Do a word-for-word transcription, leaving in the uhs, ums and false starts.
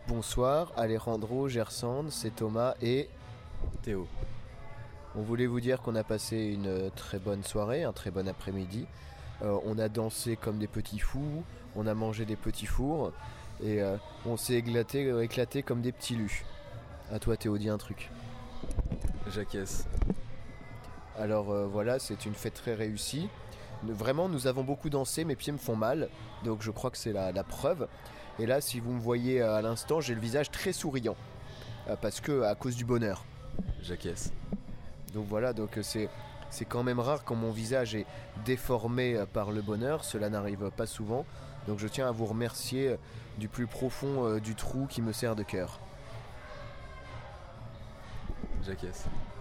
Bonsoir, Alejandro, Gersand, c'est Thomas et Théo. on voulait vous dire qu'on a passé une très bonne soirée, un très bon après-midi. Euh, on a dansé comme des petits fous, on a mangé des petits fours et euh, on s'est éclaté, euh, éclaté comme des petits lus. À toi Théo, dis un truc. Jacques. Alors euh, voilà, c'est une fête très réussie. Nous- Vraiment, nous avons beaucoup dansé, mes pieds me font mal, donc je crois que c'est la, la preuve. Et là, si vous me voyez euh, à l'instant, j'ai le visage très souriant, euh, parce que à cause du bonheur. Jacques. Donc voilà, donc euh, c'est c'est quand même rare quand mon visage est déformé euh, par le bonheur. Cela n'arrive pas souvent. Donc je tiens à vous remercier euh, du plus profond euh, du trou qui me sert de cœur. Jacques.